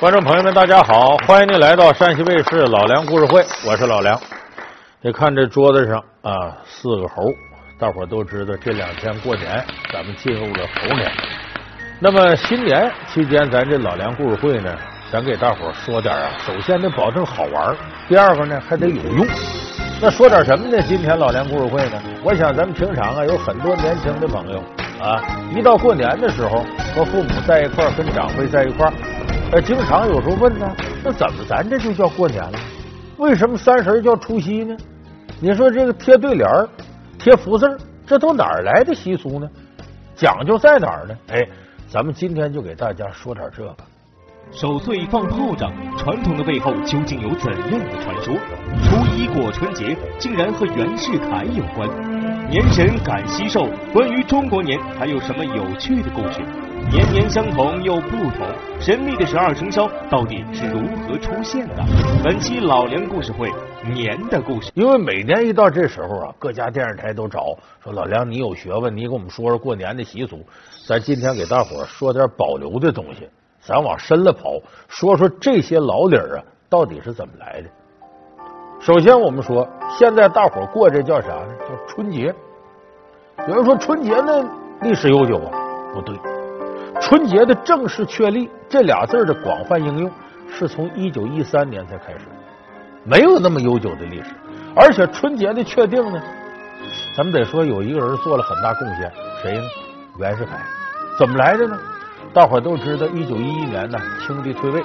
观众朋友们，大家好，欢迎您来到山西卫视老梁故事会，我是老梁。你看这桌子上啊，4个猴，大伙都知道这2天过年，咱们进入了猴年。那么新年期间，咱这老梁故事会呢，咱给大伙说点啊，首先得保证好玩，第二个呢还得有用。那说点什么呢？今天老梁故事会呢，我想咱们平常啊有很多年轻的朋友啊，一到过年的时候和父母在一块儿，跟长辈在一块儿，经常有时候问呢，那怎么咱这就叫过年了？为什么30叫除夕呢？你说这个贴对联、贴福字，这都哪儿来的习俗呢？讲究在哪儿呢？哎，咱们今天就给大家说点这个。 守岁放炮仗，传统的背后究竟有怎样的传说？初一过春节，竟然和袁世凯有关。年神赶喜寿，关于中国年还有什么有趣的故事？年年相同又不同，神秘的12生肖到底是如何出现的？本期老梁故事会，年的故事。 因为每年一到这时候啊，各家电视台都找说老梁你有学问，你给我们说说过年的习俗。咱今天给大伙说点保留的东西，咱往深了跑，说说这些老理儿啊到底是怎么来的。首先我们说，现在大伙过这叫啥呢？叫春节。有人说春节呢历史悠久啊，不对。春节的正式确立这俩字的广泛应用是从1913年才开始，没有那么悠久的历史。而且春节的确定呢，咱们得说有一个人做了很大贡献，谁呢？袁世凯。怎么来的呢？大伙都知道1911年呢清帝退位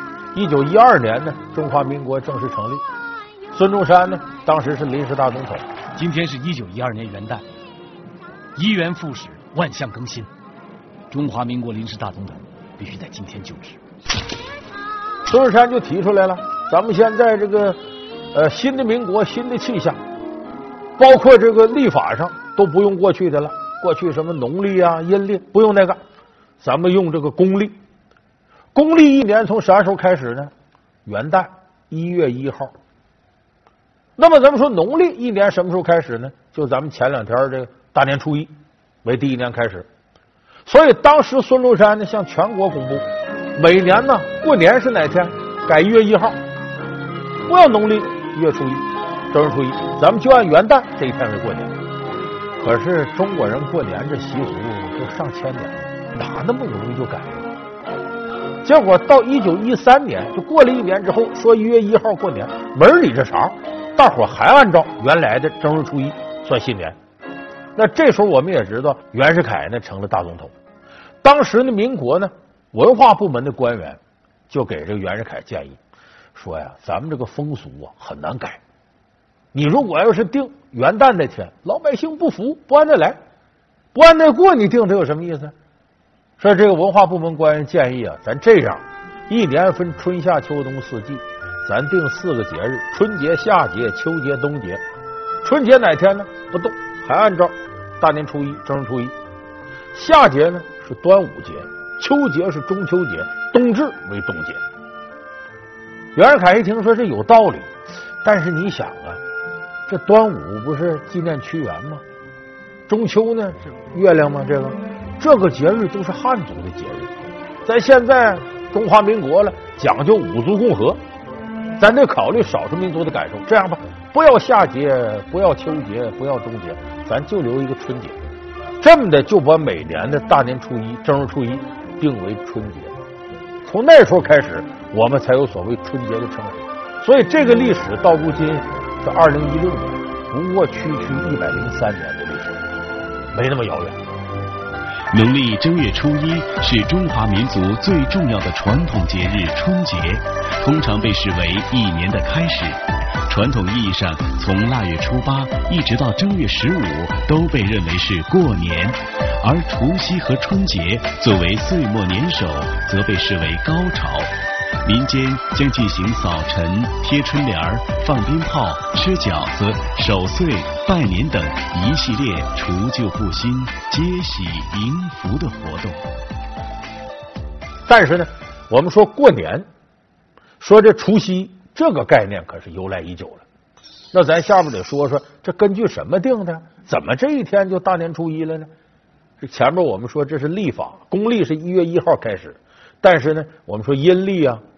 ，1912年呢中华民国正式成立，孙中山呢当时是临时大总统。 今天是1912年元旦，一元复始，万象更新，中华民国临时大总统必须在今天就职。 孙中山就提出来了，咱们现在这个新的民国，新的气象，包括这个历法上都不用过去的了，过去什么农历啊、阴历不用那个，咱们用这个公历。公历一年从啥时候开始呢？元旦1月1号。那么咱们说农历一年什么时候开始呢？就咱们前2天这个大年初一为第一年开始。所以当时孙中山呢向全国公布，每年呢过年是哪天？改1月1号，不要农历1月初一、正月初一，咱们就按元旦这一天为过年。可是中国人过年这习俗都上千年了，哪那么容易就改了？结果到1913年，就过了1年之后，说1月1号过年，门里这茬，大伙还按照原来的正月初一算新年。那这时候我们也知道，袁世凯呢成了大总统。当时呢，民国呢文化部门的官员就给这个袁世凯建议说呀，咱们这个风俗啊很难改。你如果要是定元旦那天，老百姓不服，不按那来，不按那过，你定这有什么意思？所以这个文化部门官员建议啊，咱这样，一年分春夏秋冬4季，咱定4个节日：春节、夏节、秋节、冬节。春节哪天呢？不动，还按照大年初一、正月初一。夏节呢是端午节，秋节是中秋节，冬至为冬节。袁世凯一听说这有道理，但是你想啊，这端午不是纪念屈原吗？中秋呢是月亮吗？这个节日都是汉族的节日，在现在中华民国了，讲究5族共和，咱得考虑少数民族的感受。这样吧，不要夏节，不要秋节，不要冬节，咱就留一个春节。这么的就把每年的大年初一、正月初一定为春节。从那时候开始，我们才有所谓春节的称呼。所以这个历史到如今是2016年，不过区103年的历史，没那么遥远。 农历正月初一是中华民族最重要的传统节日春节，通常被视为一年的开始。传统意义上，从腊月初8一直到正月15都被认为是过年，而除夕和春节作为岁末年首，则被视为高潮。民间将进行扫尘、贴春联、放鞭炮、吃饺子、守岁、拜年等一系列除旧布新、接喜迎福的活动。 但是呢，我们说过年，说这除夕这个概念可是由来已久了。那咱下面得说说，这根据什么定的？怎么这一天就大年初一了呢？这前面我们说这是历法，公历是1月1号开始，但是呢，我们说阴历啊、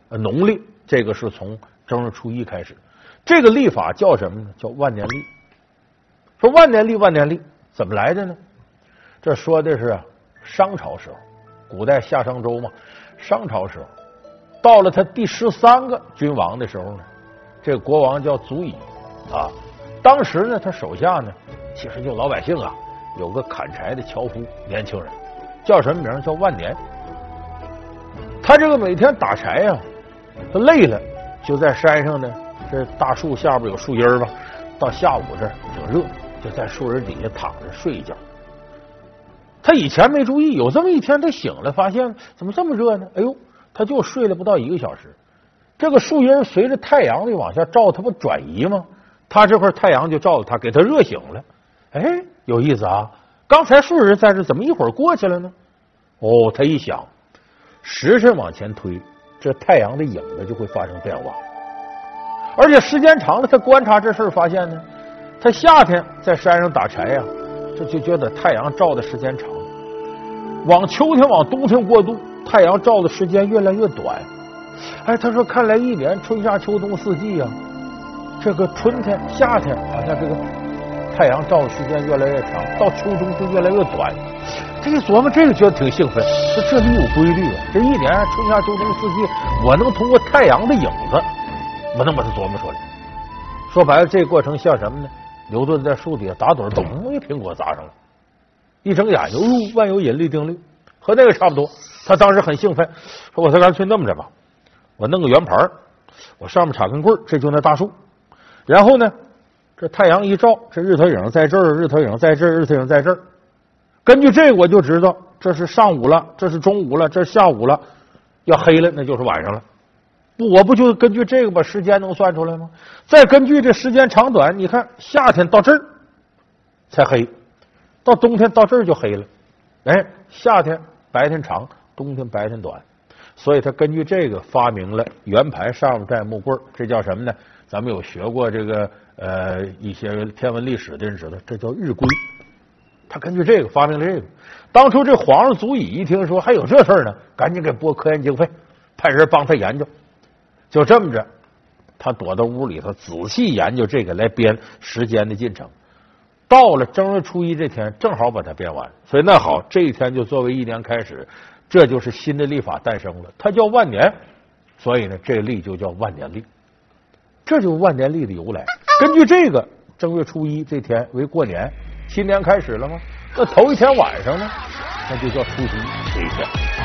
农历这个是从正月初一开始。这个历法叫什么呢？叫万年历。说万年历，万年历怎么来的呢？这说的是商朝时候，古代夏商周嘛，商朝时候到了他第13个君王的时候呢，这个国王叫祖乙啊。当时呢，他手下呢，其实就老百姓啊，有个砍柴的樵夫，年轻人，叫什么名？叫万年。他这个每天打柴呀，他累了，就在山上呢，这大树下边有树荫吧，到下午这儿挺热，就在树荫底下躺着睡一觉。他以前没注意，有这么一天他醒了，发现怎么这么热呢？哎呦，他就睡了不到1个小时。这个树荫随着太阳的往下照，它不转移吗？他这块太阳就照着他，给他热醒了。哎，有意思啊！刚才树荫在这，怎么一会儿过去了呢？哦，他一想，时辰往前推，这太阳的影子就会发生变化。而且时间长了，他观察这事儿发现呢，他夏天在山上打柴呀，这就觉得太阳照的时间长，往秋天往冬天过渡，太阳照的时间越来越短。哎，他说看来一年春夏秋冬4季啊，这个春天夏天好像这个太阳照的时间越来越长，到秋冬就越来越短。他一琢磨这个觉得挺兴奋，说这里有规律啊，这一年春夏秋冬4季我能通过太阳的影子我能把它琢磨出来。说白了这个过程像什么呢？牛顿在树底下打盹，咚一苹果砸上了，一睁眼就万有引力定律，和那个差不多。他当时很兴奋，说我干脆那么着吧，我弄个圆盘，我上面插根棍，这就那大树，然后呢这太阳一照，这日头影在这儿，日头影在这儿，日头影在这儿。根据这个我就知道这是上午了，这是中午了，这是下午了，要黑了那就是晚上了。我不就根据这个把时间能算出来吗？再根据这时间长短，你看夏天到这儿才黑，到冬天到这儿就黑了。哎，夏天白天长，冬天白天短，所以他根据这个发明了圆盘上面带木棍，这叫什么呢？咱们有学过这个一些天文历史的人知道，这叫日晷。他根据这个发明了这个。当初这皇上祖乙一听说还有这事儿呢，赶紧给拨科研经费，派人帮他研究。就这么着，他躲到屋里头仔细研究这个来编时间的进程。到了正月初一这天，正好把它编完。所以那好，这一天就作为一年开始，这就是新的历法诞生了。它叫万年，所以呢，这个历就叫万年历。这就是万年历的由来。根据这个，正月初一这天为过年，新年开始了吗？那头一天晚上呢，那就叫除夕这一天。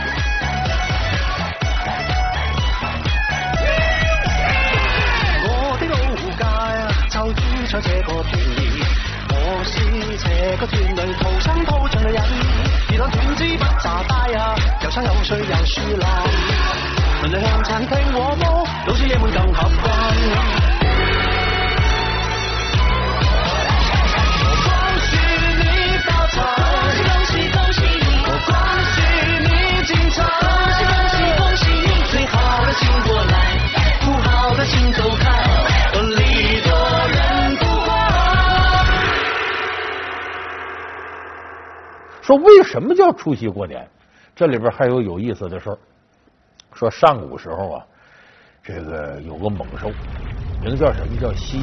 我的老家就住在這個田裏，我是這個田裏土生土長嘅人，而當斷肢不炸低啊，又生又碎又樹浪，鄰里向餐廳和煲，老少爺們更合慣。 说为什么叫除夕过年？这里边还有意思的事儿。说上古时候啊，这个有个猛兽，名叫什么？叫蜥。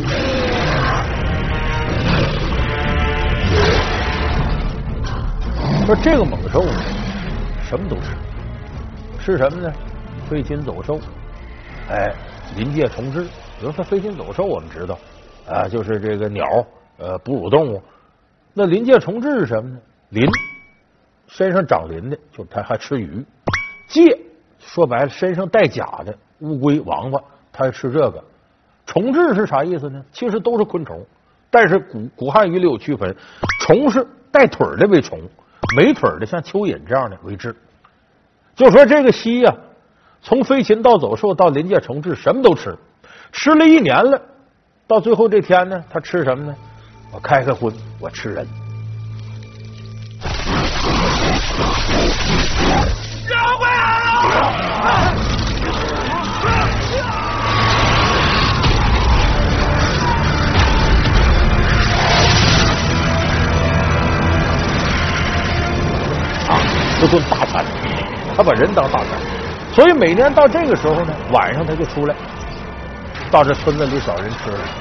说这个猛兽呢，什么都吃，吃什么呢？飞禽走兽，哎，临界虫豸。比如说飞禽走兽，我们知道啊，就是这个鸟，哺乳动物。那临界虫豸是什么呢？鳞，身上长鳞的，就它还吃鱼。介，说白了，身上带甲的乌龟、王八，它还吃这个。虫豸是啥意思呢？其实都是昆虫，但是古汉语里有区分，虫是带腿的为虫，没腿的像蚯蚓这样的为豸。就说这个蜥呀，从飞禽到走兽到临界虫豸，什么都吃，吃了1年了，到最后这天呢，它吃什么呢？我开荤，我吃人。 让回来！ 这顿大餐，他把人当大餐。 所以每年到这个时候呢，晚上他就出来，到这村子里找人吃了。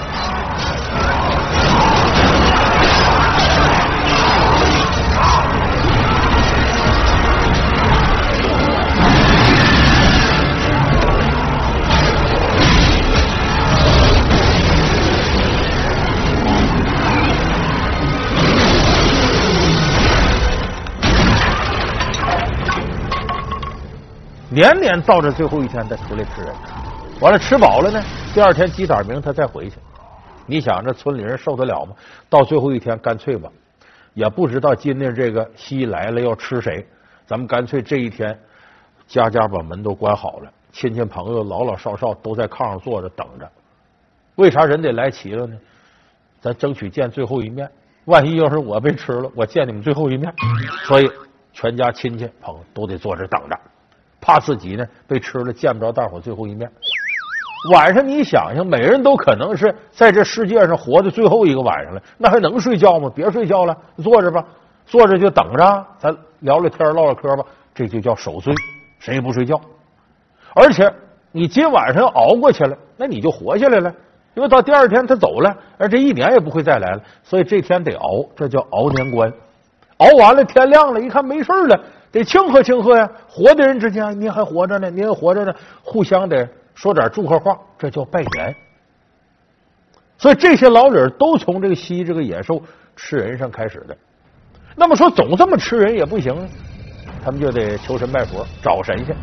年年到这最后一天再出来吃人，完了吃饱了呢，第二天鸡打鸣他再回去。你想这村里人受得了吗？到最后一天，干脆吧，也不知道今天这个西来了要吃谁，咱们干脆这一天家家把门都关好了，亲戚朋友老老少少都在炕上坐着等着。为啥人得来齐了呢？咱争取见最后一面。万一要是我被吃了，我见你们最后一面。所以全家亲戚朋友都得坐这等着。怕自己呢被吃了，见不着大伙最后一面。晚上你想想，每人都可能是在这世界上活的最后一个晚上了，那还能睡觉吗？别睡觉了，坐着吧，坐着就等着，咱聊聊天唠唠嗑吧，这就叫守岁，谁也不睡觉。而且你今晚上要熬过去了，那你就活下来了，因为到第二天他走了，而这一年也不会再来了，所以这天得熬，这叫熬年关。熬完了，天亮了，一看没事了，得庆贺庆贺呀！活的人之间，您还活着呢，您还活着呢，互相得说点祝贺话，这叫拜年。所以这些老理都从这个西这个野兽吃人上开始的。那么说总这么吃人也不行啊，他们就得求神拜佛，找神仙。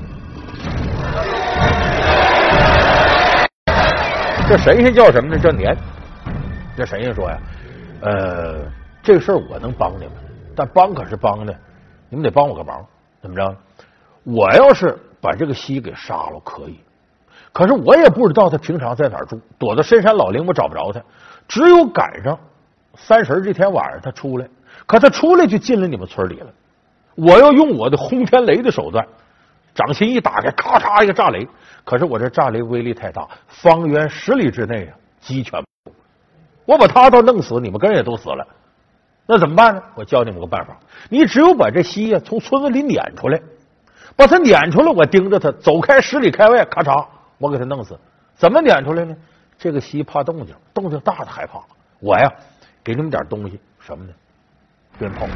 这神仙叫什么呢？叫年。这神仙说呀，这个事儿我能帮你们。但帮可是帮的，你们得帮我个忙，怎么着？我要是把这个西给杀了可以，可是我也不知道他平常在哪儿住，躲到深山老林我找不着他，只有赶上30这天晚上他出来，可他出来就进了你们村里了。我要用我的轰天雷的手段，掌心一打开，咔嚓一个炸雷，可是我这炸雷威力太大，方圆10里之内啊鸡全部，我把他倒弄死，你们跟人也都死了。那怎么办呢？我教你们个办法，你只有把这西呀从村子里撵出来，把他撵出来，我盯着他走开10里开外，咔嚓，我给他弄死。怎么撵出来呢？这个西怕动静，动静大的害怕。我呀，给你们点东西，什么呢？鞭炮。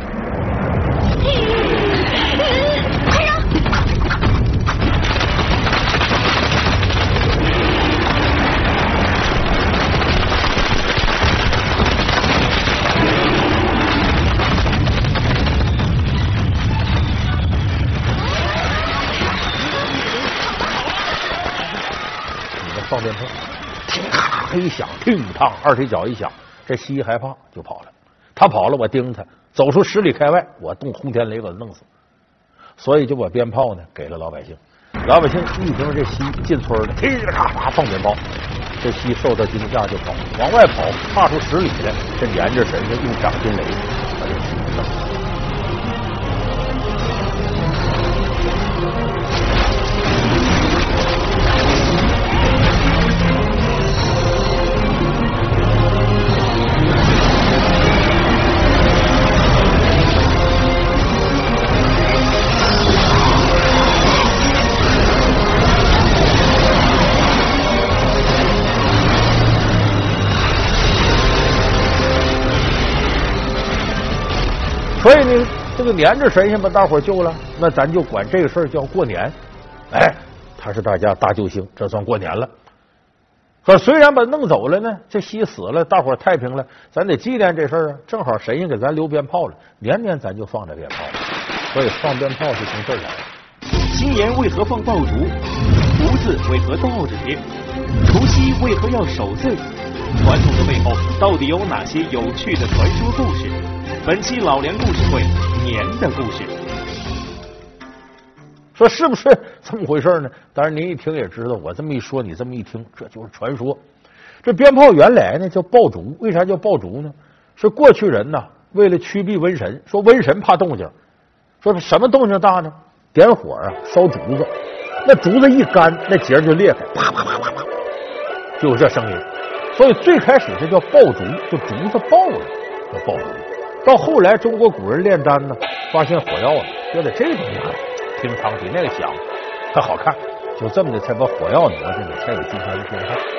放鞭炮，听咔一响，听嘡，二踢脚一响，这西害怕就跑了。他跑了，我盯他，走出10里开外，我动轰天雷把他弄死。所以就把鞭炮呢给了老百姓。老百姓一听这西进村了，噼里咔嚓放鞭炮，这西受到惊吓就跑，往外跑，踏出10里来，这撵着神仙用掌心雷把这西弄死。所以呢，这个撵着神仙把大伙救了，那咱就管这个事儿叫过年。哎，他是大家大救星，这算过年了。可虽然把弄走了呢，这西死了，大伙太平了，咱得纪念这事儿啊。正好神仙给咱留鞭炮了，年年咱就放这鞭炮，所以放鞭炮是从这儿来的。 新年为何放爆竹？福字为何倒着贴？除夕为何要守岁？传统的背后到底有哪些有趣的传说故事？本期老梁故事会年的故事， 说是不是这么回事呢？当然您一听也知道，我这么一说，你这么一听，这就是传说。这鞭炮原来呢叫爆竹，为啥叫爆竹呢？是过去人呐为了驱避瘟神，说瘟神怕动静，说什么动静大呢？点火啊，烧竹子，那竹子一干，那节就裂开，啪啪啪啪啪，就有这声音。所以最开始这叫爆竹，就竹子爆了，叫爆竹。到后来中国古人炼丹呢，发现火药了，就得这种样，乒乓比那个响，它好看。 就这么的才把火药挪进来，才有今天的电焊。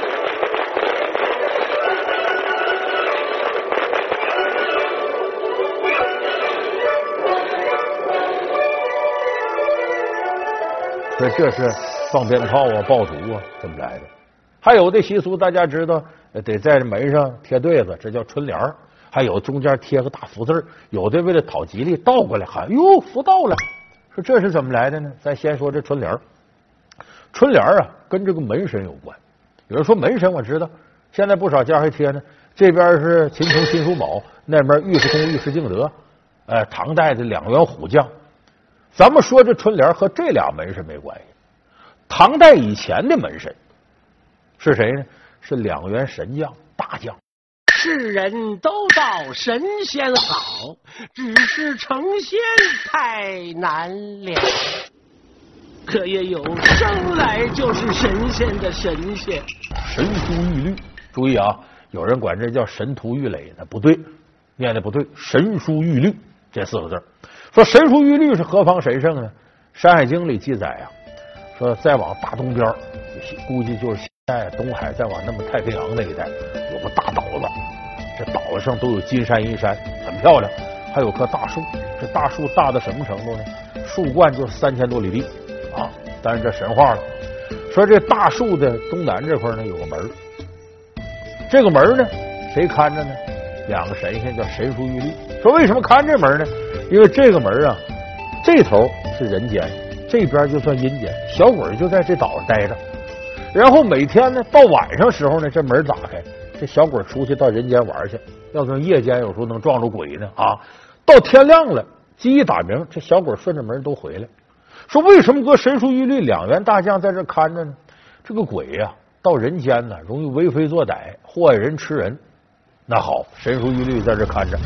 所以这是放鞭炮啊、爆竹啊这么来的。还有的习俗大家知道，得在门上贴对子，这叫春联儿。还有中间贴个大福字，有的为了讨吉利倒过来喊哟福到了。说这是怎么来的呢？咱先说这春联儿。春联儿啊跟这个门神有关。有人说门神我知道，现在不少家还贴呢。这边是秦琼秦叔宝，那边尉迟恭尉迟敬德，唐代的2员虎将。咱们说这春联和这俩门神没关系。唐代以前的门神是谁呢？是2员神将大将。 世人都道神仙好，只是成仙太难了。可也有生来就是神仙的神仙。 神书玉律，注意啊，有人管这叫神荼玉垒，那不对，念的不对。神书玉律这4个字，说神书玉律是何方神圣呢？《山海经》里记载啊，说再往大东边，估计就是现在东海，再往那么太平洋那一带，有个大岛子，这岛子上都有金山银山，很漂亮。还有棵大树，这大树大到什么程度呢？树冠就是3000多里地啊！但是这神话了，说这大树的东南这块呢有个门，这个门呢谁看着呢？2个神仙叫神书玉律。说为什么看这门呢？因为这个门啊，这头是人间，这边就算阴间，小鬼就在这岛上待着。然后每天呢到晚上时候呢，这门打开，这小鬼出去到人间玩去。要说夜间有时候能撞着鬼呢啊，到天亮了鸡一打鸣，这小鬼顺着门都回来。说为什么搁神书玉律2员大将在这看着呢？这个鬼呀到人间呢容易为非作歹，祸害人吃人。那好，神书玉律在这看着。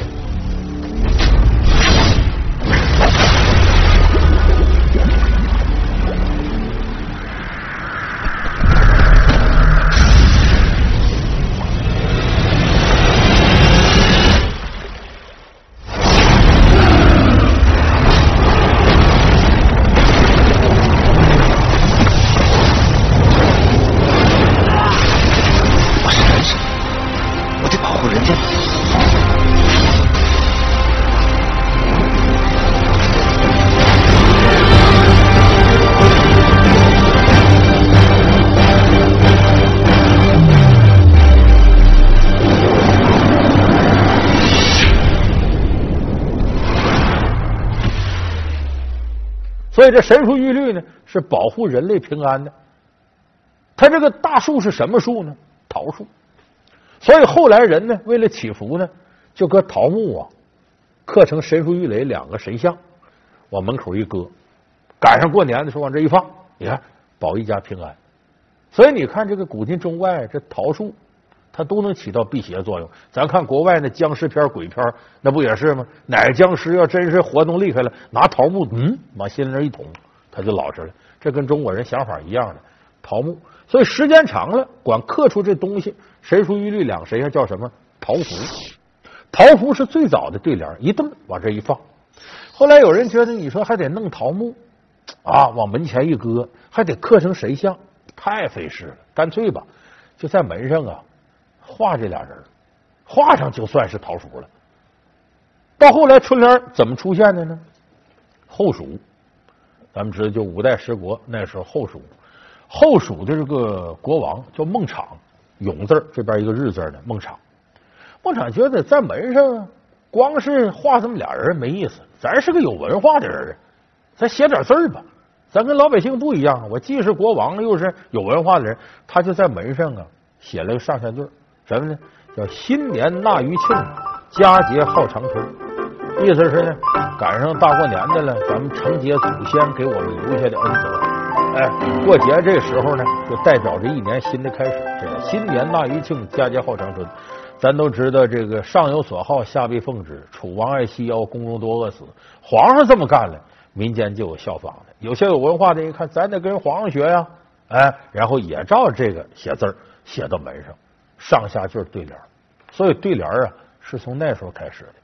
所以这神书玉律呢是保护人类平安的。它这个大树是什么树呢？桃树。所以后来人呢为了祈福呢，就搁桃木啊刻成神书玉垒2个神像，往门口一搁，赶上过年的时候往这一放，你看保一家平安。所以你看这个古今中外这桃树它都能起到辟邪作用。咱看国外那僵尸片鬼片那不也是吗？哪个僵尸要真是活动厉害了，拿桃木往心里那一捅，他就老实了。这跟中国人想法一样的，桃木。所以时间长了管刻出这东西，神书玉律2神像叫什么？桃符。桃符是最早的对联，一蹬往这一放。后来有人觉得你说还得弄桃木啊，往门前一搁，还得刻成神像，太费事了，干脆吧就在门上啊画这俩人，画上就算是桃符了。到后来春联怎么出现的呢？后蜀，咱们知道就5代十国那时候后蜀，后蜀的这个国王叫孟昶，永字这边一个日字的孟昶。孟昶觉得在门上光是画这么俩人没意思，咱是个有文化的人啊，咱写点字吧。咱跟老百姓不一样，我既是国王又是有文化的人。他就在门上啊写了个上下句，什么呢？叫新年纳余庆，佳节号长春。意思是呢，赶上大过年的了，咱们承接祖先给我们留下的恩泽。过节这时候呢，就代表着一年新的开始。这个新年纳余庆，佳节号长春。咱都知道这个上有所好，下必奉之。楚王爱西腰，宫中多饿死。皇上这么干了，民间就有效仿的。有些有文化的一看，咱得跟皇上学呀，然后也照这个写字写到门上，上下句对联。所以对联啊，是从那时候开始的。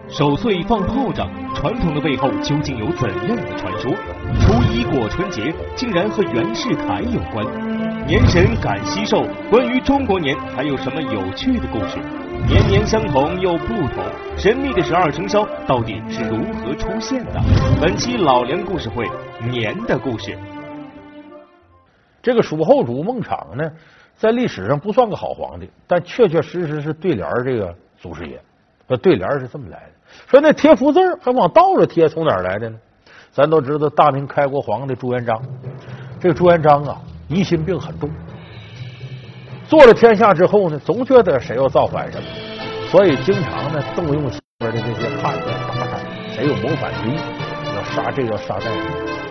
守岁放炮仗，传统的背后究竟有怎样的传说？初一过春节，竟然和袁世凯有关。年神赶西寿，关于中国年还有什么有趣的故事？年年相同又不同，神秘的12生肖到底是如何出现的？本期老梁故事会，年的故事。 这个蜀后主孟昶呢，在历史上不算个好皇帝，但确确实实是对联这个祖师爷。这对联是这么来的，说那贴福字还往倒着贴，从哪儿来的呢？咱都知道大明开国皇帝朱元璋，这个朱元璋啊，疑心病很重，做了天下之后呢，总觉得谁要造反什么，所以经常呢动用西边的这些汉人大臣，谁有谋反之意，要杀这个要杀那个。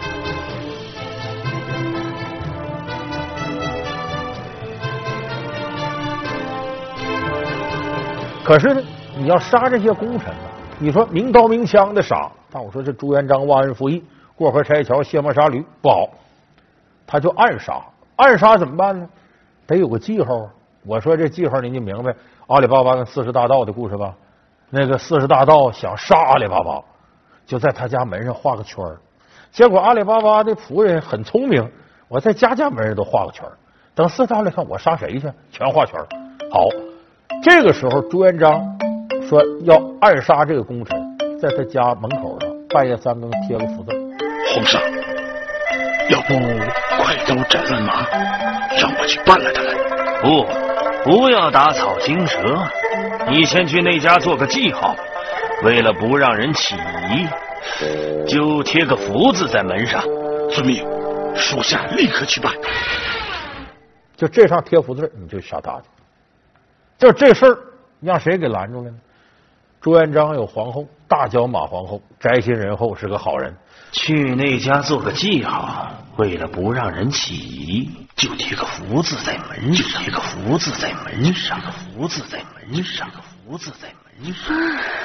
可是呢，你要杀这些功臣呢，你说明刀明枪的杀，但我说这朱元璋忘恩负义，过河拆桥，卸磨杀驴不好，他就暗杀。暗杀怎么办呢？得有个记号啊。我说这记号您就明白阿里巴巴跟40大盗的故事吧。那个40大盗想杀阿里巴巴，就在他家门上画个圈儿。结果阿里巴巴的仆人很聪明，我在家门上都画个圈儿。等4大来看我杀谁去，全画圈儿。好。这个时候，朱元璋说要暗杀这个功臣，在他家门口上半夜3更贴个福字。 皇上，要不快刀斩乱麻，让我去办了他来。 不要打草惊蛇，你先去那家做个记号，为了不让人起疑，就贴个福字在门上。 遵命，属下立刻去办。 就这上贴福字，你就杀他去。就这事儿让谁给拦住了呢？朱元璋有皇后大脚马皇后，宅心仁厚，是个好人。 去那家做个记号，为了不让人起疑，就贴个福字在门上，贴个福字在门上，个福字在门上，个福字在门上。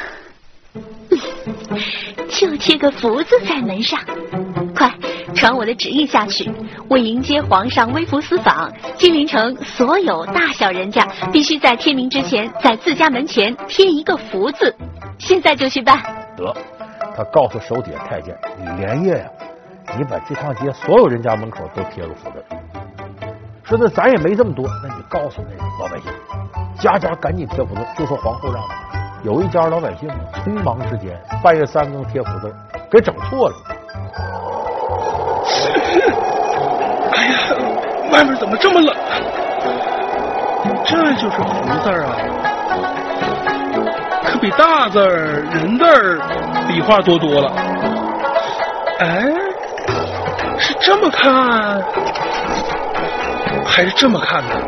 就贴个福字在门上，快传我的旨意下去。为迎接皇上微服私访，金陵城所有大小人家必须在天明之前，在自家门前贴一个福字。现在就去办。 得，他告诉手底下太监，你连夜呀，你把这趟街所有人家门口都贴个福字。说那咱也没这么多，那你告诉那老百姓，家家赶紧贴福字，就说皇后让的。有一家老百姓匆忙之间半夜3更贴福字，给整错了。 哎呀，外面怎么这么冷啊？这就是福字啊，可比大字人字笔画多了。哎，是这么看还是这么看呢？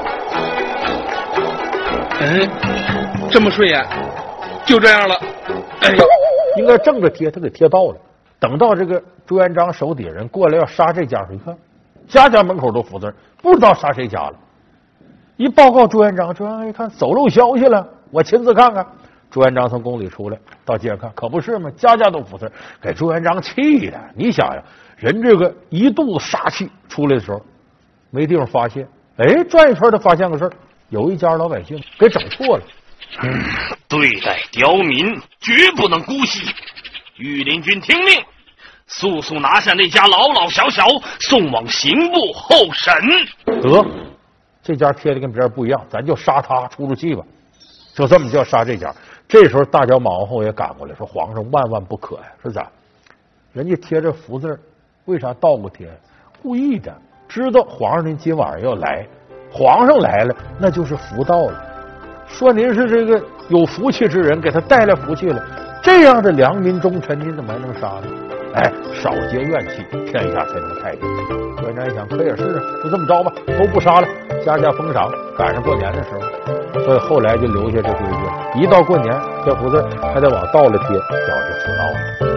哎，这么顺眼，就这样了。哎， 应该正着贴，他给贴到了。等到这个朱元璋手底下人过来要杀这家时，一看家家门口都福字，不知道杀谁家了。一报告朱元璋，朱元璋一看走漏消息了，我亲自看看。朱元璋从宫里出来，到街上看，可不是吗？家家都福字，给朱元璋气的。你想想，人这个一肚子杀气出来的时候，没地方发泄。哎，转一圈他发现个事儿，有一家老百姓给整错了。 对待刁民绝不能姑息。御林军听命，速速拿下那家老老小小，送往刑部候审。 得，这家贴的跟别人不一样，咱就杀他出气吧。就这么叫杀这家。这时候大脚马皇后也赶过来，说皇上万万不可呀！是咋？人家贴着福字，为啥倒过贴？故意的，知道皇上您今晚上要来，皇上来了，那就是福到了。说您是这个有福气之人，给他带来福气了。这样的良民忠臣，您怎么还能杀呢？哎，少结怨气，天下才能太平。朱元璋一想，可也是啊，就这么着吧，都不杀了，家家封赏，赶上过年的时候，所以后来就留下这规矩，一到过年贴福字还得往倒了贴，表示福到。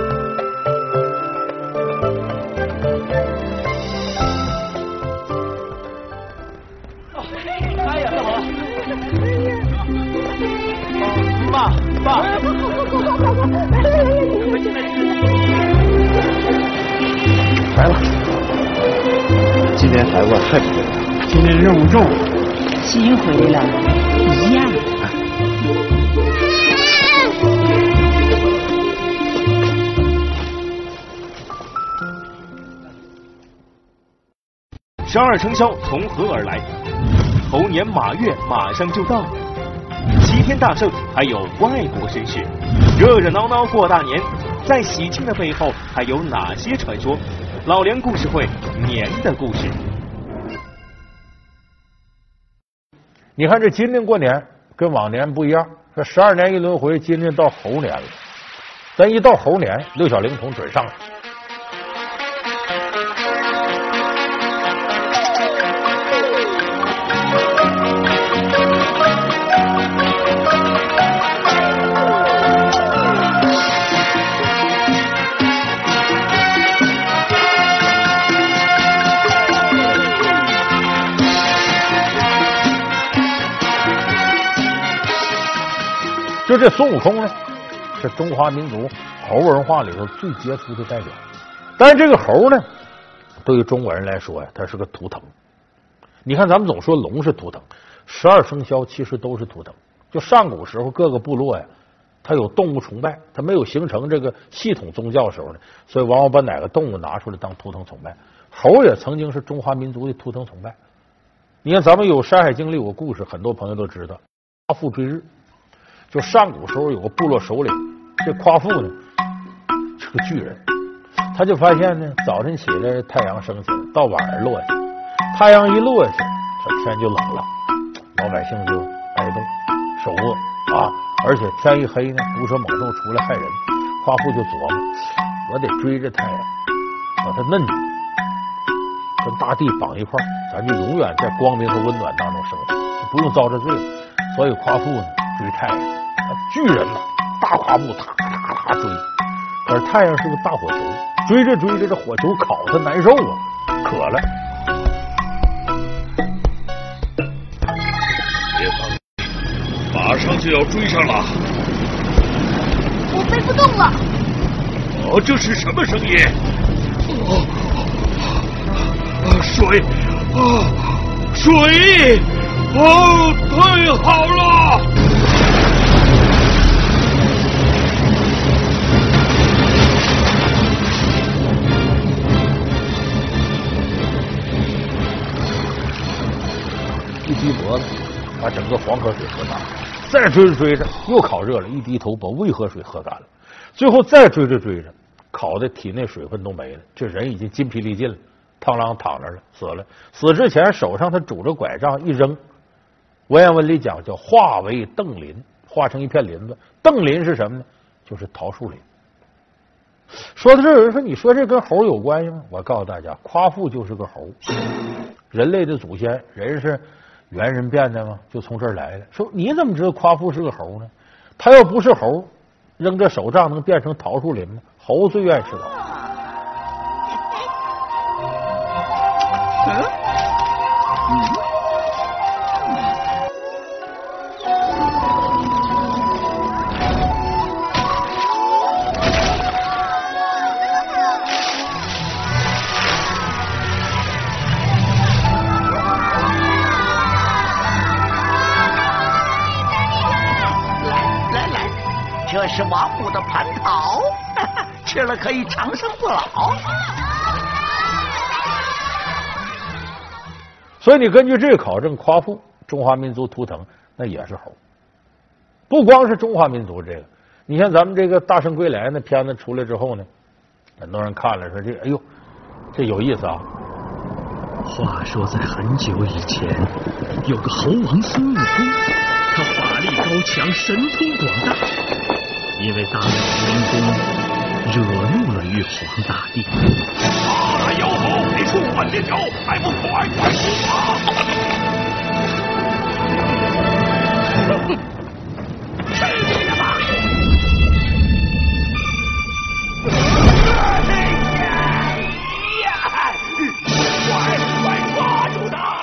爸， 来了， 今天孩子太不错了，今天任务重， 心回来了，一样。 12生肖从何而来？猴年马月马上就到了，齐天大圣还有外国绅士，热热闹闹过大年，在喜庆的背后还有哪些传说？老梁故事会年的故事。 你看这今年过年跟往年不一样，这12年一轮回，今年到猴年了。咱一到猴年，六小龄童准上来。就这孙悟空呢，是中华民族猴文化里头最杰出的代表。但是这个猴呢，对于中国人来说呀，它是个图腾。你看，咱们总说龙是图腾，12生肖其实都是图腾。就上古时候各个部落呀，它有动物崇拜，它没有形成这个系统宗教时候呢，所以往往把哪个动物拿出来当图腾崇拜。猴也曾经是中华民族的图腾崇拜。你看，咱们有《山海经》里有个故事，很多朋友都知道，夸父追日。就上古时候有个部落首领，这夸父呢是个巨人，他就发现呢，早晨起来太阳升起来，到晚上落下，太阳一落下，这天就冷了，老百姓就挨冻手饿啊，而且天一黑呢，毒蛇猛兽出来害人，夸父就琢磨，我得追着太阳把它摁住，跟大地绑一块，咱就永远在光明和温暖当中生活，不用遭这罪了。所以夸父呢追太阳，巨人呐，大夸父踏踏踏追，可是太阳是个大火球，追着追着这火球烤他难受啊，渴了。 别慌，马上就要追上了。 我飞不动了。 哦，这是什么声音？水水！哦，太好了！ 一低脖子，把整个黄河水喝干了。再追着追着，又烤热了，一低头把渭河水喝干了。最后再追着追着，烤的体内水分都没了，这人已经筋疲力尽了，螳螂躺那儿了，死了。死之前手上他拄着拐杖一扔，文言文里讲叫化为邓林，化成一片林子。邓林是什么呢？就是桃树林。说到这儿，有人说，你说这跟猴有关系吗？我告诉大家，夸父就是个猴。人类的祖先，人是猿人变的吗？就从这儿来的。说你怎么知道夸父是个猴呢？他要不是猴，扔着手杖能变成桃树林吗？猴最愿意吃桃。 这是王母的蟠桃，吃了可以长生不老。 所以你根据这个考证，夸父中华民族图腾那也是猴。不光是中华民族这个，你像咱们这个《大圣归来》那片子出来之后呢，很多人看了说这哎呦这有意思啊。 话说在很久以前，有个猴王孙悟空，他法力高强，神通广大。因为大闹天宫，惹怒了玉皇大帝。 大妖猴，你触犯天条，还不快快出马！去你的吧！快抓住他！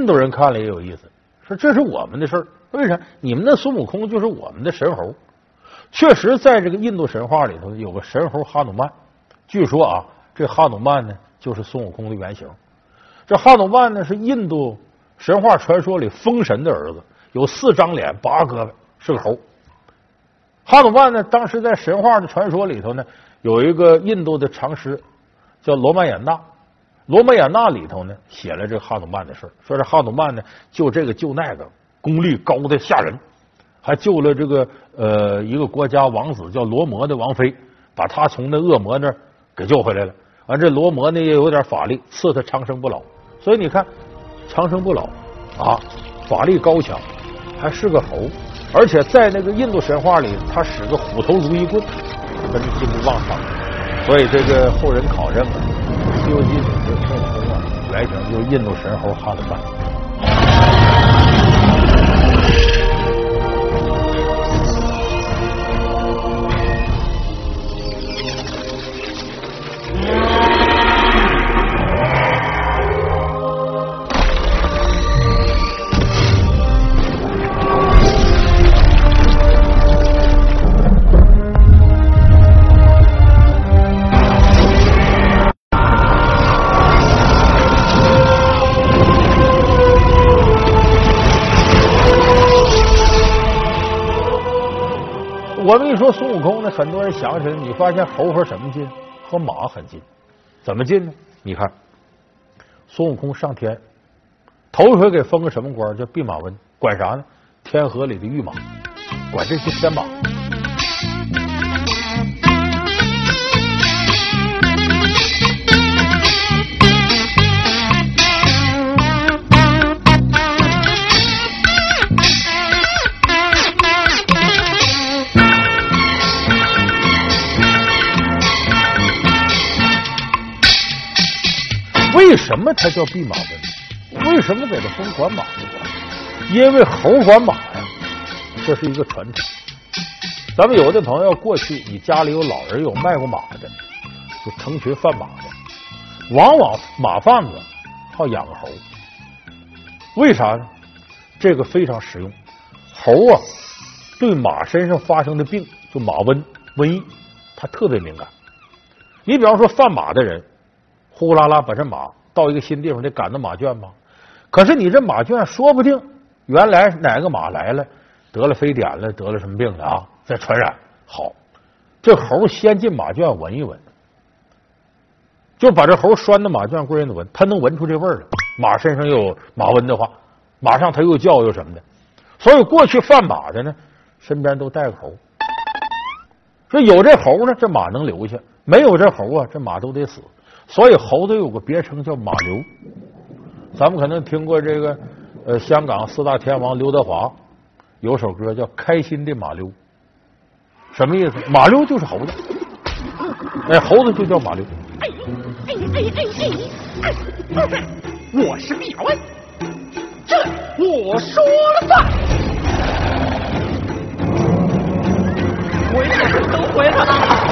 度人看了也有意思，说这是我们的事儿，为啥？你们的孙悟空就是我们的神猴。确实，在这个印度神话里头有个神猴哈努曼，据说啊，这哈努曼呢就是孙悟空的原型。这哈努曼呢是印度神话传说里风神的儿子，有4张脸8胳膊，是个猴。哈努曼呢，当时在神话的传说里头呢，有一个印度的长诗叫罗曼衍那。罗曼衍那里头呢，写了这个哈努曼的事，说这哈努曼呢救这个救那个，功力高的吓人，还救了这个一个国家王子叫罗摩的王妃，把他从那恶魔那儿给救回来了。完，这罗摩呢也有点法力，赐他长生不老。所以你看，长生不老啊，法力高强，还是个猴，而且在那个印度神话里，他使个虎头如意棍，跟金箍棒差。所以这个后人考证啊，《西游记》里的孙悟空啊，原型就是印度神猴哈努曼。我们一说孙悟空呢，很多人想起来，你发现猴和什么近？和马很近。怎么近呢？你看，孙悟空上天，头一回给封个什么官？叫弼马温，管啥呢？天河里的御马，管这些天马。为什么他叫弼马温？为什么给他封管马的官？因为猴管马呀，这是一个传统。咱们有的朋友过去，你家里有老人有卖过马的，就成群贩马的，往往马贩子好养个猴。为啥呢？这个非常实用。猴啊，对马身上发生的病，就马瘟、瘟疫，它特别敏感。你比方说贩马的人，呼呼啦啦把这马到一个新地方，得赶到马圈吗？可是你这马圈说不定原来哪个马来了，得了非典了，得了什么病了啊，再传染。好，这猴先进马圈闻一闻，就把这猴拴到马圈归人的闻，他能闻出这味儿来。马身上又有马瘟的话，马上他又叫又什么的。所以过去贩马的呢，身边都带个猴。说有这猴呢，这马能留下；没有这猴啊，这马都得死。所以猴子有个别称叫马流。咱们可能听过这个香港4大天王刘德华有首歌叫《开心的马溜》，什么意思？马溜就是猴子，猴子就叫马溜。 我是弼马温，这我说了算。回来都回来了。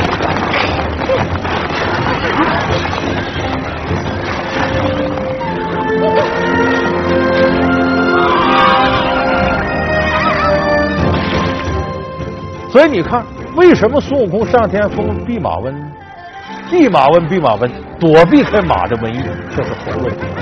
所以你看，为什么孙悟空上天封弼马温？弼马温，弼马温，躲避开马的瘟疫，这是猴问题。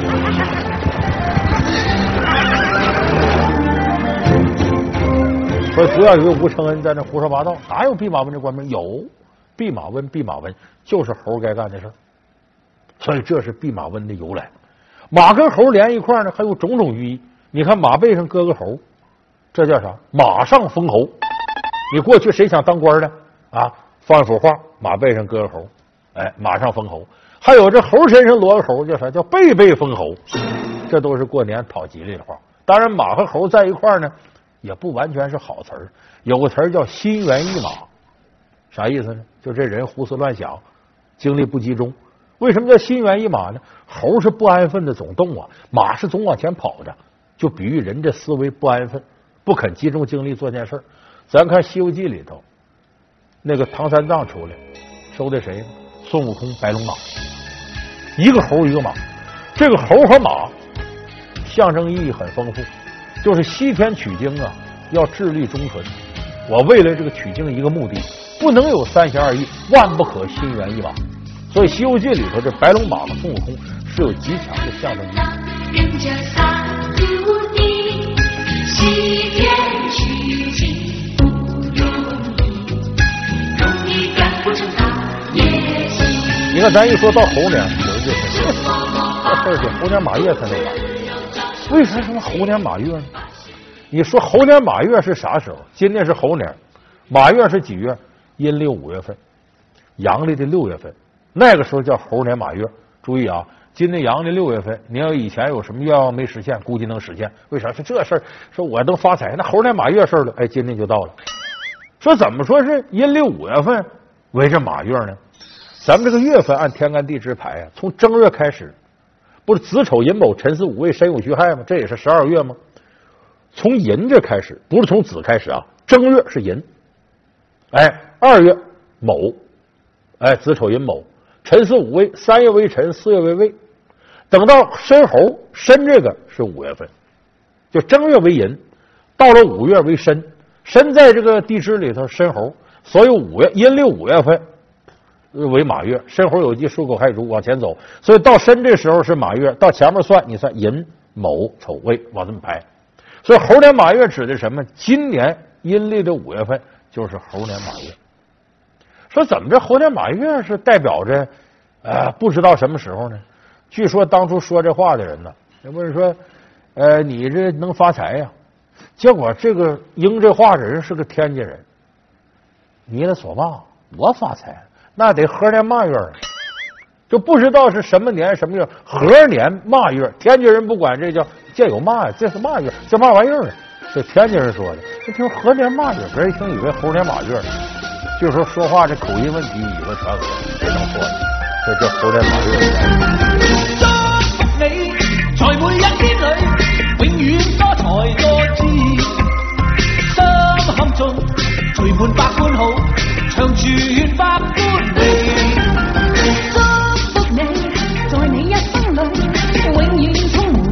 所以不要以为吴承恩在那胡说八道，哪有弼马温这官名？有弼马温，弼马温就是猴该干的事儿。所以这是弼马温的由来。马跟猴连一块呢，还有种种寓意。你看马背上搁个猴，这叫啥？马上封侯。你过去谁想当官的啊？放一幅画，马背上搁个猴，马上封侯。还有这猴身上摞个猴，叫啥？叫背背封侯。这都是过年讨吉利的话。当然，马和猴在一块呢，也不完全是好词儿。有个词儿叫心猿意马，啥意思呢？就这人胡思乱想，精力不集中。为什么叫心猿意马呢？猴是不安分的总动啊，马是总往前跑着，就比喻人这思维不安分，不肯集中精力做件事儿。咱看《西游记》里头，那个唐三藏出来收的谁呢？孙悟空、白龙马，一个猴一个马。这个猴和马象征意义很丰富，就是西天取经啊，要致力忠纯。我为了这个取经一个目的，不能有三心二意，万不可心猿意马。所以《西游记》里头这白龙马和孙悟空是有极强的象征意义。 人家三徒弟，西天取经不容易赶不成大业绩。 你看，咱一说到猴年，有一句说这事儿就猴年马月才能来。为啥说猴年马月呢？你说猴年马月是啥时候？今年是猴年，马月是几月？阴历5月份，阳历的6月份，那个时候叫猴年马月。注意啊，今年阳历6月份，你要以前有什么愿望没实现，估计能实现。为啥？是这事儿，说我能发财，那猴年马月事儿了，哎，今年就到了。说怎么说是阴历5月份为这马月呢？咱们这个月份按天干地支排啊，从正月开始，不是子丑寅卯辰巳午未申酉戌亥吗？这也是12月吗？从寅这开始，不是从子开始啊，正月是寅，哎，2月卯，哎，子丑寅卯，辰巳午未，3月为辰，4月为未，等到申猴，申这个是5月份，就正月为寅，到了5月为申，申在这个地支里头申猴，所以阴历5月份为马月，申猴酉鸡戌狗亥猪往前走，所以到申这时候是马月，到前面算你算寅卯丑未往这么排。所以猴年马月指的什么？今年阴历的5月份就是猴年马月。说怎么这猴年马月是代表着不知道什么时候呢？据说当初说这话的人呢，问说你这能发财呀？结果这个应这话的人是个天津人，弥勒索嘛，我发财那得猴年马月啊，就不知道是什么年什么月，猴年马月，天津人不管这叫。这有嘛呀？这是嘛月？这嘛玩意儿呢？这天津人说的。一听猴年马月，别人一听以为猴年马月呢。就说话这口音问题以讹传讹，别能说了。这叫猴年马月。 祝福你，在每一天裏，永遠多才多姿，心坎中隨伴百般好，長住百般美。祝福你，在你一生裏，永遠充滿。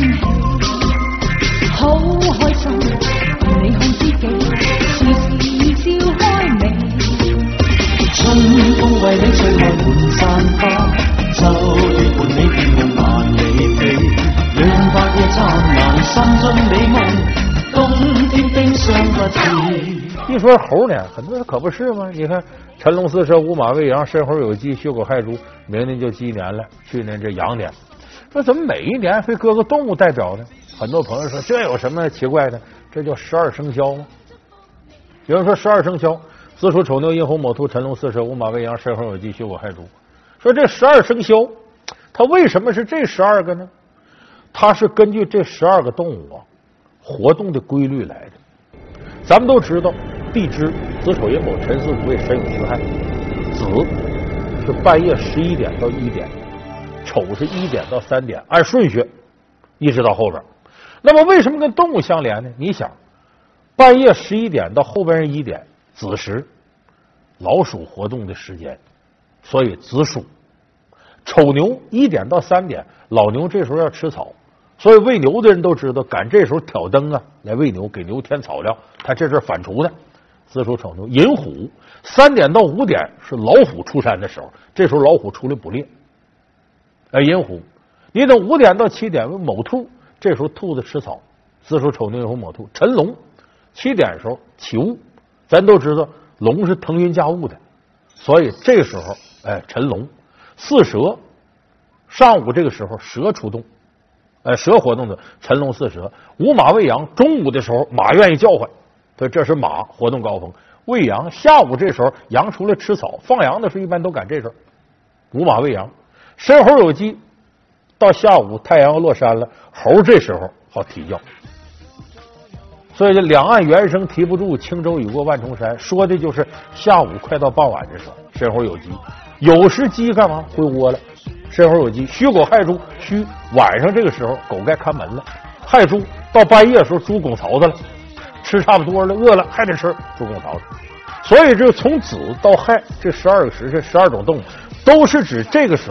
好開心，你看知己，時時笑開眉。春風為你吹開滿山花，秋月伴你變夢萬里飛。讓白夜燦爛，心中美夢，冬天冰霜不知。 一說猴年，很多人可不是嗎？你看辰龍巳蛇午馬未羊申猴酉雞戌狗亥豬，明年就鸡年了，去年这羊年。说怎么每一年非搁个动物代表呢？很多朋友说这有什么奇怪的？这叫12生肖吗？有人说12生肖，子鼠丑牛寅猴卯兔辰龙巳蛇午马未羊申猴酉鸡戌狗亥猪。说这12生肖，它为什么是这12个呢？它是根据这12个动物活动的规律来的。咱们都知道，地支子丑寅卯辰巳午未申酉戌亥，子是半夜11点到1点，丑是1点到3点，按顺序一直到后边。那么为什么跟动物相连呢？你想，半夜11点到后边是1点，子时，老鼠活动的时间，所以子鼠。丑牛1点到3点，老牛这时候要吃草，所以喂牛的人都知道，赶这时候挑灯啊，来喂牛，给牛添草料，他这是反刍的。子鼠丑牛。寅虎3点到5点是老虎出山的时候，这时候老虎出来捕猎。寅虎，你等5点到7点为卯兔，这时候兔子吃草。子鼠丑牛寅虎卯兔。辰龙7点的时候起雾，咱都知道龙是腾云驾雾的，所以这时候辰龙。巳蛇，上午这个时候蛇出动，蛇活动的辰龙巳蛇。午马未羊，中午的时候马愿意叫唤，所以这是马活动高峰。未羊，下午这时候羊出来吃草，放羊的时候一般都赶这时候。午马未羊。申猴酉鸡，到下午太阳要落山了，猴这时候好啼叫。所以这两岸猿声啼不住，轻舟已过万重山，说的就是下午快到傍晚的时候，申猴酉鸡。有时鸡干嘛回窝了？申猴酉鸡。戌狗亥猪，戌晚上这个时候狗该看门了，亥猪到半夜的时候猪拱槽子了，吃差不多了，饿了还得吃，猪拱槽子。所以这从子到亥这12个时辰，12种动物都是指这个时候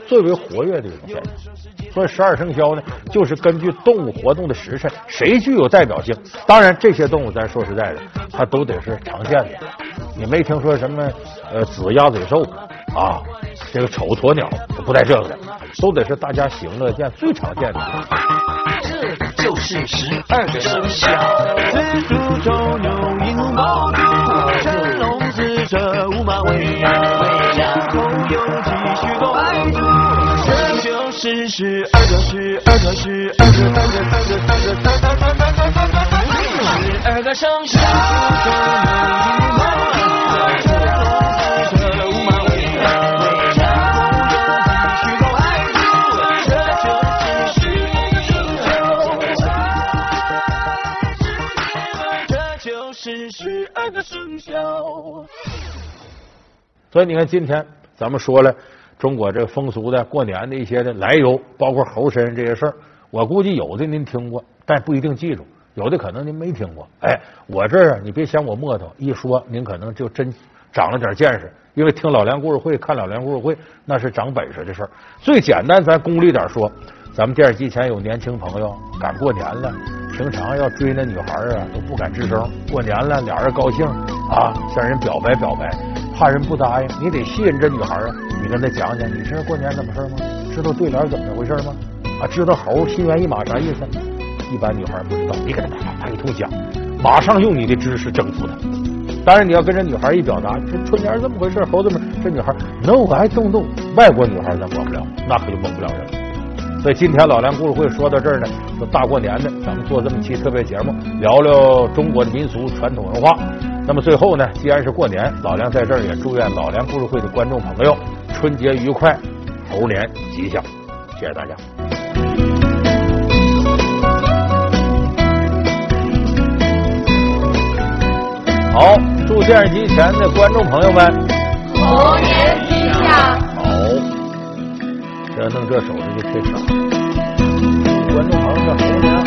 最为活跃的一种现象。所以12生肖呢，就是根据动物活动的时辰，谁具有代表性。当然，这些动物咱说实在的，它都得是常见的。你没听说什么紫鸭嘴兽啊，这个丑鸵鸟不带这个的，都得是大家喜闻乐见、最常见的。 这就是12个生肖：子鼠、丑牛、寅虎、卯兔、辰龙、巳蛇、午马、未羊、猴、酉、鸡、戌、狗、亥、猪。这就是12个生肖。12个生肖。 所以你看，今天咱们说了中国这个风俗的过年的一些的来由，包括猴身这些事儿，我估计有的您听过，但不一定记住；有的可能您没听过。哎，我这儿你别嫌我磨头，一说您可能就真长了点见识，因为听老梁故事会、看老梁故事会，那是长本事的事儿。最简单，咱功利点说，咱们电视机前有年轻朋友赶过年了，平常要追那女孩啊都不敢吱声，过年了俩人高兴啊，向人表白表白，怕人不答应，你得吸引这女孩啊，你跟她讲讲，你知道过年怎么事吗？知道对联怎么回事吗？啊，知道猴心猿意马啥意思？一般女孩不知道，你给她啪一通讲，马上用你的知识征服她。当然你要跟这女孩一表达，这春节这么回事，猴子们，这女孩 No I don't know， 外国女孩咱管不了，那可就蒙不了人。所以今天老梁故事会说到这儿呢，说大过年的，咱们做这么期特别节目，聊聊中国的民俗传统文化。那么最后呢，既然是过年，老梁在这儿也祝愿老梁故事会的观众朋友春节愉快，猴年吉祥，谢谢大家。好，祝电视机前的观众朋友们猴年吉祥。 好，这弄这手势就缺少。观众朋友们，猴年